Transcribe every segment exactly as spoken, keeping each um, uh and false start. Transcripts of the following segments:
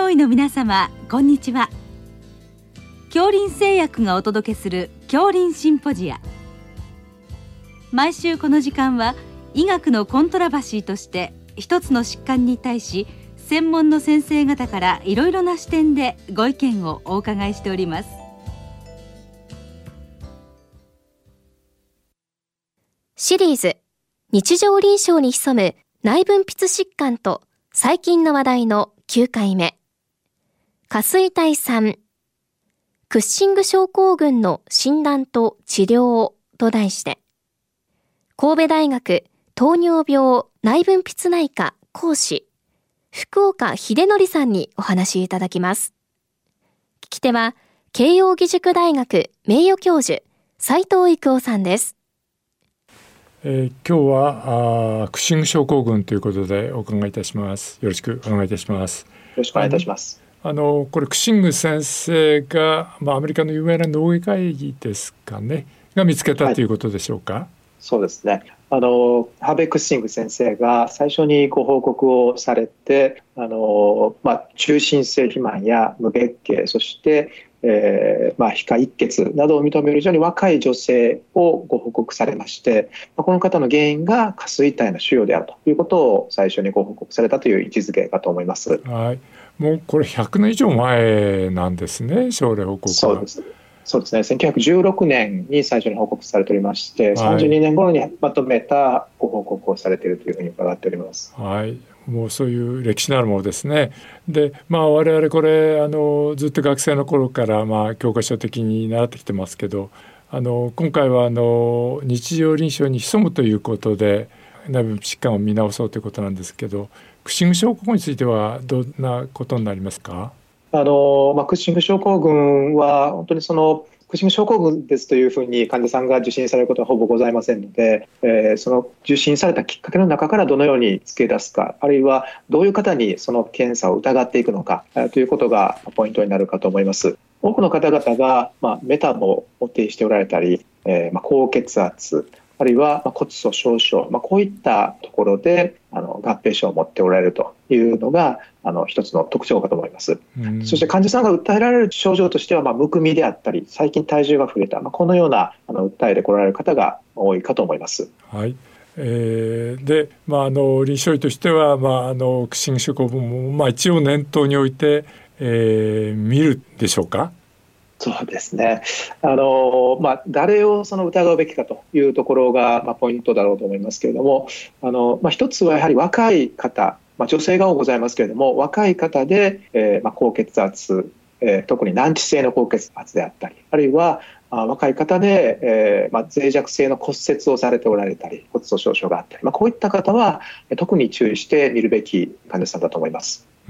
医の皆様、こんにちは。杏林製薬がお届けする杏林シンポジア。毎週この時間は医学のコントラバシーとして一つの疾患に対し専門の先生方からいろいろな視点でご意見をお伺いしております。 シリーズ日常臨床に潜む内分泌疾患と最近の話題のきゅうかいめ、下垂体さんクッシング症候群の診断と治療と題して、神戸大学糖尿病内分泌内科講師福岡秀則さんにお話しいただきます。聞き手は慶應義塾大学名誉教授斉藤育夫さんです。 えー、今日はあクッシング症候群ということでお伺いいたします。よろしくお願いいたします。 よろしくお願いいたします。 あのこれクッシング先生が、まあ、アメリカの有名な脳外会議ですかねが見つけたということでしょうか。はい、 そうですね。あのハーベイ・クッシング先生が最初にご報告をされて、あの、まあ、中心性肥満や無月経、そしてえーまあ、皮下一血などを認める非常に若い女性をご報告されまして、この方の原因が下垂体の腫瘍であるということを最初にご報告されたという位置づけかと思います。 はい、もうこれひゃくねん以上前なんですね、症例報告は。 そうです。そうですね、せんきゅうひゃくじゅうろくねんに最初に報告されておりまして、はい、さんじゅうにねん頃にまとめたご報告をされているというふうに伺っております。 はい、もうそういう歴史のあるものですね。で、まあ、我々これあのずっと学生の頃から、まあ、教科書的に習ってきてますけど、あの今回はあの日常臨床に潜むということで内分泌疾患を見直そうということなんですけど、クッシング症候群についてはどんなことになりますか？ あのまあ、クッシング症候群は本当にそのクッシング症候群ですというふうに患者さんが受診されることはほぼございませんので、えー、その受診されたきっかけの中からどのように付け出すか、あるいはどういう方にその検査を疑っていくのかということがポイントになるかと思います。多くの方々が、まあ、メタボを呈しておられたり、えーまあ、高血圧、あるいは骨粗しょう症、まあ、こういったところであの合併症を持っておられるというのがあの一つの特徴かと思います。そして患者さんが訴えられる症状としては、まあ、むくみであったり最近体重が増えた、まあ、このようなあの訴えで来られる方が多いかと思います。 はい、えー、で、まあ、あの臨床医としては、まあ、あのクッシング症候群も、まあ、一応念頭に置いて、えー、見るでしょうか？ そうですね。あの、まあ、誰をその疑うべきかというところが、まあ、ポイントだろうと思いますけれども、あの、まあ、一つはやはり若い方、まあ、女性が多くございますけれども、若い方で、えーまあ、高血圧、えー、特に難治性の高血圧であったり、あるいはあ若い方で、えーまあ、脆弱性の骨折をされておられたり、骨粗しょう症があったり、まあ、こういった方は特に注意して見るべき患者さんだと思います。 うん、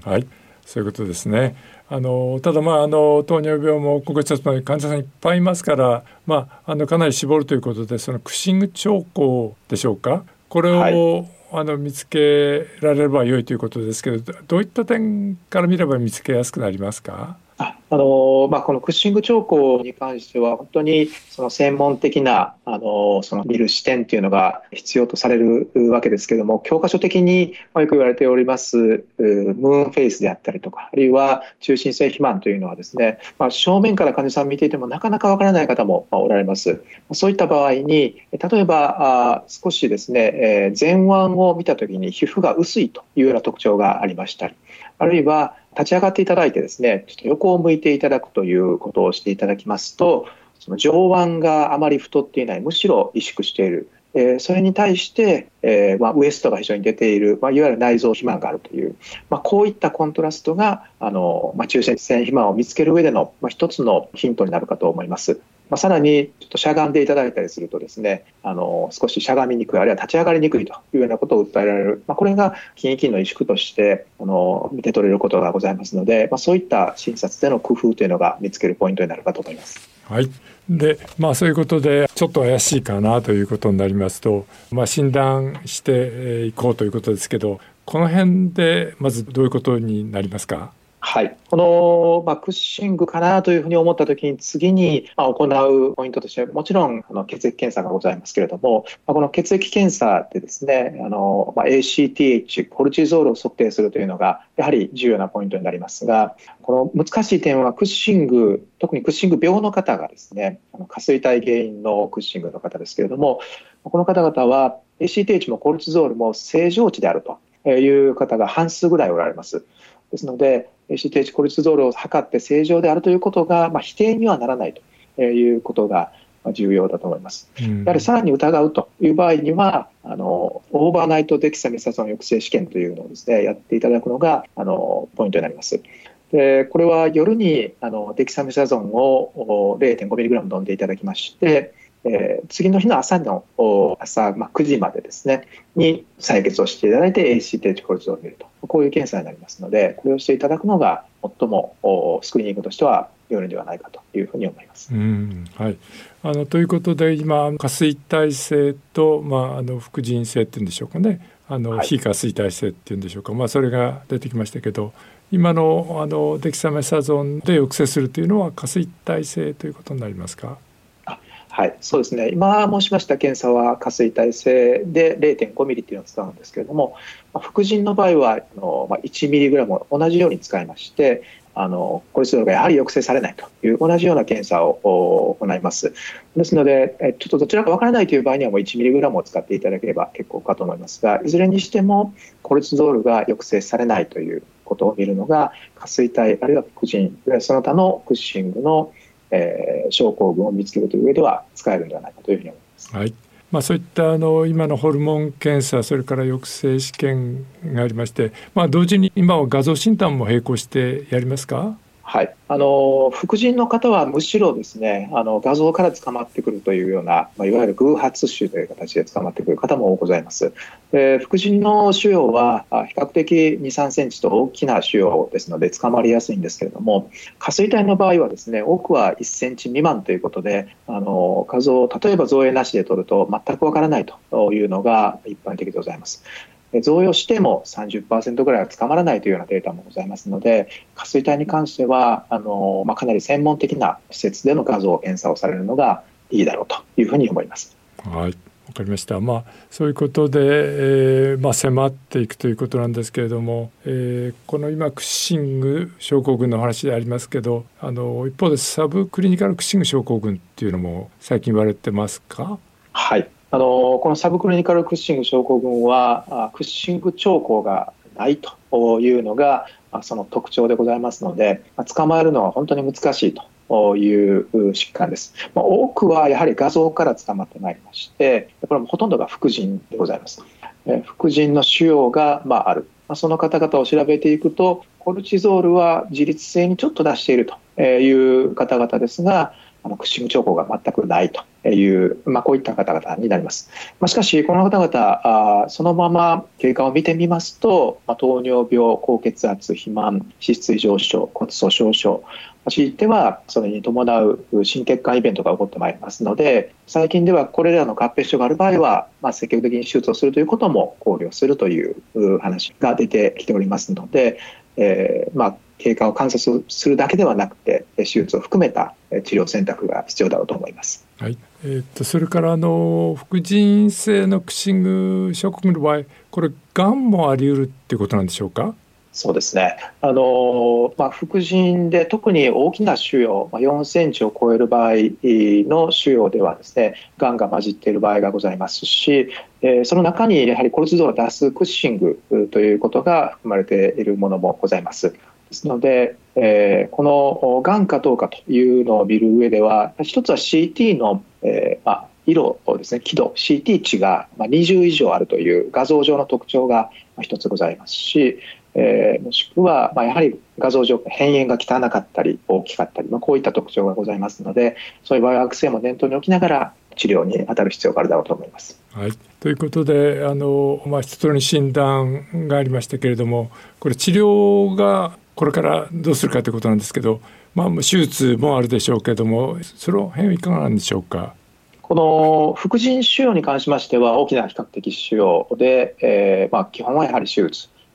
はい、そういうことですね。あのただ、まあ、あの糖尿病も高血圧も患者さんいっぱいいますから、まあ、あのかなり絞るということで、そのクッシング兆候でしょうか、これを、はい、あの見つけられれば良いということですけど、どういった点から見れば見つけやすくなりますか？ ああのまあ、このクッシング兆候に関しては本当にその専門的なあのその見る視点というのが必要とされるわけですけれども、教科書的によく言われておりますムーンフェイスであったりとか、あるいは中心性肥満というのはですね、まあ、正面から患者さん見ていてもなかなかわからない方もおられます。そういった場合に例えばあ少しですね、えー、前腕を見たときに皮膚が薄いというような特徴がありましたり、あるいは立ち上がっていただいてですね、ちょっと横を向いていただくということをしていただきますと、その上腕があまり太っていない、むしろ萎縮している、えー、それに対して、えーまあ、ウエストが非常に出ている、まあ、いわゆる内臓肥満があるという、まあ、こういったコントラストがあの、まあ、中心性肥満を見つける上での、まあ、一つのヒントになるかと思います。まあ、さらにちょっとしゃがんでいただいたりするとですね、あの少ししゃがみにくい、あるいは立ち上がりにくいというようなことを訴えられる、まあ、これが筋液の萎縮としてあの見て取れることがございますので、まあ、そういった診察での工夫というのが見つけるポイントになるかと思います。 はい、で、まあ、そういうことでちょっと怪しいかなということになりますと、まあ、診断していこうということですけど、この辺でまずどういうことになりますか？ はい、この、まあ、クッシングかなというふうに思ったときに次に、まあ、行うポイントとしてもちろんあの血液検査がございますけれども、まあ、この血液検査でですねあの、まあ、エーシーティーエイチ コルチゾールを測定するというのがやはり重要なポイントになりますが、この難しい点はクッシング、特にクッシング病の方がですねあの下垂体原因のクッシングの方ですけれども、この方々は エーシーティーエイチ もコルチゾールも正常値であるという方が半数ぐらいおられます。ですので エーシーティーエイチ コルチゾールを測って正常であるということが、まあ、否定にはならないということが重要だと思います。うん、やはりさらに疑うという場合にはあのオーバーナイトデキサメタゾン抑制試験というのをですねやっていただくのがあのポイントになります。でこれは夜にあのデキサメタゾンを れいてんごミリグラム 飲んでいただきまして、えー、次の日の朝の朝、まあ、くじまでですねに採血をしていただいて エーシーティーエイチ コルチゾールを見ると、こういう検査になりますので、これをしていただくのが最もスクリーニングとしては良いのではないかというふうに思います。 うん、はい、あのということで今下垂体性と、まあ、あの副腎性っていうんでしょうかね、あの、はい、非下垂体性っていうんでしょうか、まあ、それが出てきましたけど、今の、あのデキサメタゾンで抑制するというのは下垂体性ということになりますか？ はい、そうですね。今申しました検査は下垂体性で れいてんごミリというのを使うんですけれども、副腎の場合はあの、まあ、いちミリグラムを同じように使いまして、あのコレステロールがやはり抑制されないという同じような検査を行います。ですのでちょっとどちらかわからないという場合にはもういちミリグラムを使っていただければ結構かと思いますが、いずれにしてもコレステロールが抑制されないということを見るのが下垂体あるいは副腎その他のクッシングのえー、症候群を見つけるという上では使えるのではないかというふうに思います。 はい、まあ、そういったあの今のホルモン検査、それから抑制試験がありまして、まあ、同時に今は画像診断も並行してやりますか？ はい、あの副腎の方はむしろですねあの画像から捕まってくるというような、まあ、いわゆる偶発腫という形で捕まってくる方もございます。で副腎の腫瘍は比較的に、さんセンチと大きな腫瘍ですので捕まりやすいんですけれども、下垂体の場合はですね多くはいっセンチ未満ということで、あの画像例えば造影なしで撮ると全くわからないというのが一般的でございます。造影をしても さんじゅっパーセント ぐらいは捕まらないというようなデータもございますので、下垂体に関してはあの、まあ、かなり専門的な施設での画像検査をされるのがいいだろうというふうに思います。 はい、わかりました。まあ、そういうことで、えーまあ、迫っていくということなんですけれども、えー、この今クッシング症候群の話でありますけど、あの一方でサブクリニカルクッシング症候群っていうのも最近言われてますか？ はい、あのこのサブクリニカルクッシング症候群はクッシング兆候がないというのがその特徴でございますので、捕まえるのは本当に難しいという疾患です。多くはやはり画像から捕まってまいりまして、これもほとんどが副腎でございます。副腎の腫瘍がまあある、その方々を調べていくとコルチゾールは自律性にちょっと出しているという方々ですが、あのクッシング兆候が全くないという、まあ、こういった方々になります。まあ、しかしこの方々あそのまま経過を見てみますと、まあ、糖尿病、高血圧、肥満、脂質異常症、骨粗しょう症、強いてはそれに伴う心血管イベントが起こってまいりますので、最近ではこれらの合併症がある場合は、まあ、積極的に手術をするということも考慮するという話が出てきておりますので、えーまあ、経過を観察するだけではなくて手術を含めた治療選択が必要だろうと思います。 はい、えー、っとそれからあの副腎性のクッシング症候群の場合、これがんもあり得るっていうことなんでしょうか？ そうですね、あの、まあ、副腎で特に大きな腫瘍、まあ、よんセンチを超える場合の腫瘍ではですね、がんが混じっている場合がございますし、えー、その中にやはりコルチゾールを出すクッシングということが含まれているものもございます。ですので、えー、このがんかどうかというのを見る上では、一つは シーティー の、えーまあ、色ですね、輝度 シーティー 値がにじゅう以上あるという画像上の特徴が一つございますし、えー、もしくは、まあ、やはり画像上辺縁が汚かったり大きかったり、まあ、こういった特徴がございますので、そういう場合は悪性も念頭に置きながら治療に当たる必要があるだろうと思います。 はい、ということであの、まあ、一通りに診断がありましたけれども、これ治療がこれからどうするかということなんですけど、まあ、手術もあるでしょうけれども、その辺はいかがなんでしょうか？ この副腎腫瘍に関しましては大きな比較的腫瘍で、えーまあ、基本はやはり手術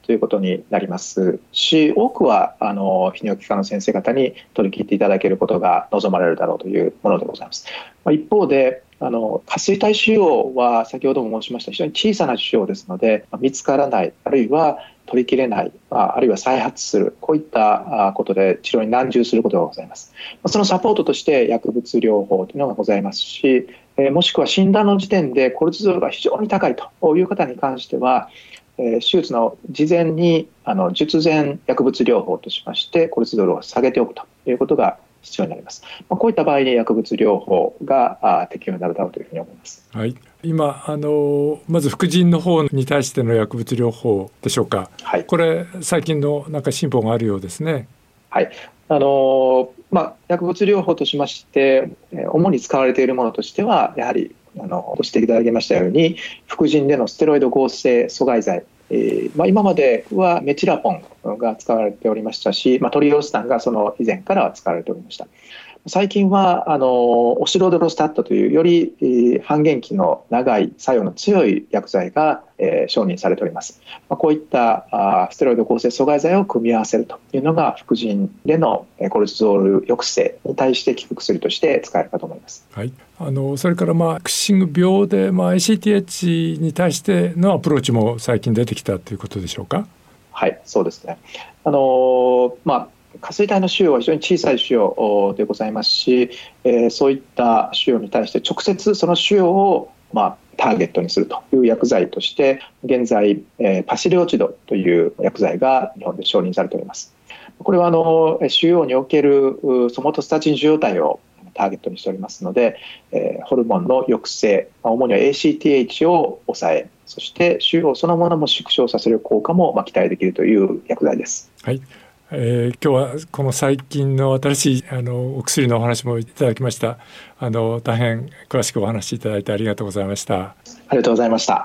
ということになりますし、多くはあの泌尿器科の先生方に取り切っていただけることが望まれるだろうというものでございます。一方であの下水体腫瘍は先ほども申しました非常に小さな腫瘍ですので、見つからない、あるいは取りきれない、あるいは再発する、こういったことで治療に難渋することがございます。そのサポートとして薬物療法というのがございますし、もしくは診断の時点でコルチゾールが非常に高いという方に関しては、手術の事前にあの術前薬物療法としましてコルチゾールを下げておくということが必要になります。こういった場合に薬物療法が適用になるだろうというふうに思います。 はい、今あのまず副腎の方に対しての薬物療法でしょうか。はい、これ最近のなんか進歩があるようですね。 はい、あのまあ、薬物療法としまして主に使われているものとしては、やはりあのご指摘いただきましたように副腎でのステロイド合成阻害剤、えーまあ、今まではメチラポンが使われておりましたし、まあ、トリオスタンがその以前からは使われておりました。最近はあのオシロドロスタットというより、えー、半減期の長い作用の強い薬剤が、えー、承認されております。まあ、こういったあステロイド合成阻害剤を組み合わせるというのが副腎でのコルチゾール抑制に対して効く薬として使えるかと思います。 はい、あのそれから、まあ、クッシング病で、まあ、エーシーティーエイチ に対してのアプローチも最近出てきたということでしょうか。 はい、そうですね。あのまあ下水体の腫瘍は非常に小さい腫瘍でございますし、えー、そういった腫瘍に対して直接その腫瘍を、まあ、ターゲットにするという薬剤として現在、えー、パシリオチドという薬剤が日本で承認されております。これはあの腫瘍におけるソモトスタチン受容体をターゲットにしておりますので、えー、ホルモンの抑制、主には エーシーティーエイチ を抑え、そして腫瘍そのものも縮小させる効果も、まあ、期待できるという薬剤です。 はい、えー、今日はこの最近の新しいあのお薬のお話もいただきました。あの大変詳しくお話しいただいてありがとうございました。 ありがとうございました。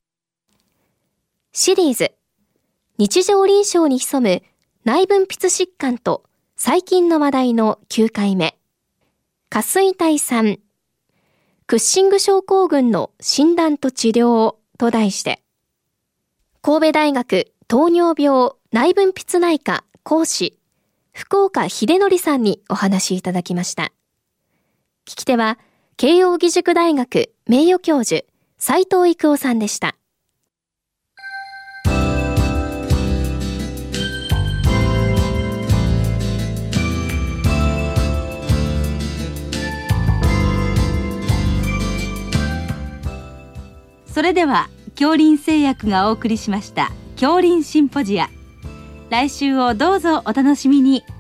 シリーズ日常臨床に潜む内分泌疾患と最近の話題のきゅうかいめ、下水体さんクッシング症候群の診断と治療と題して、神戸大学糖尿病内分泌内科講師福岡秀則さんにお話しいただきました。聞き手は慶應義塾大学名誉教授斉藤育夫さんでした。 それでは杏林製薬がお送りしました杏林シンポジア、来週をどうぞお楽しみに。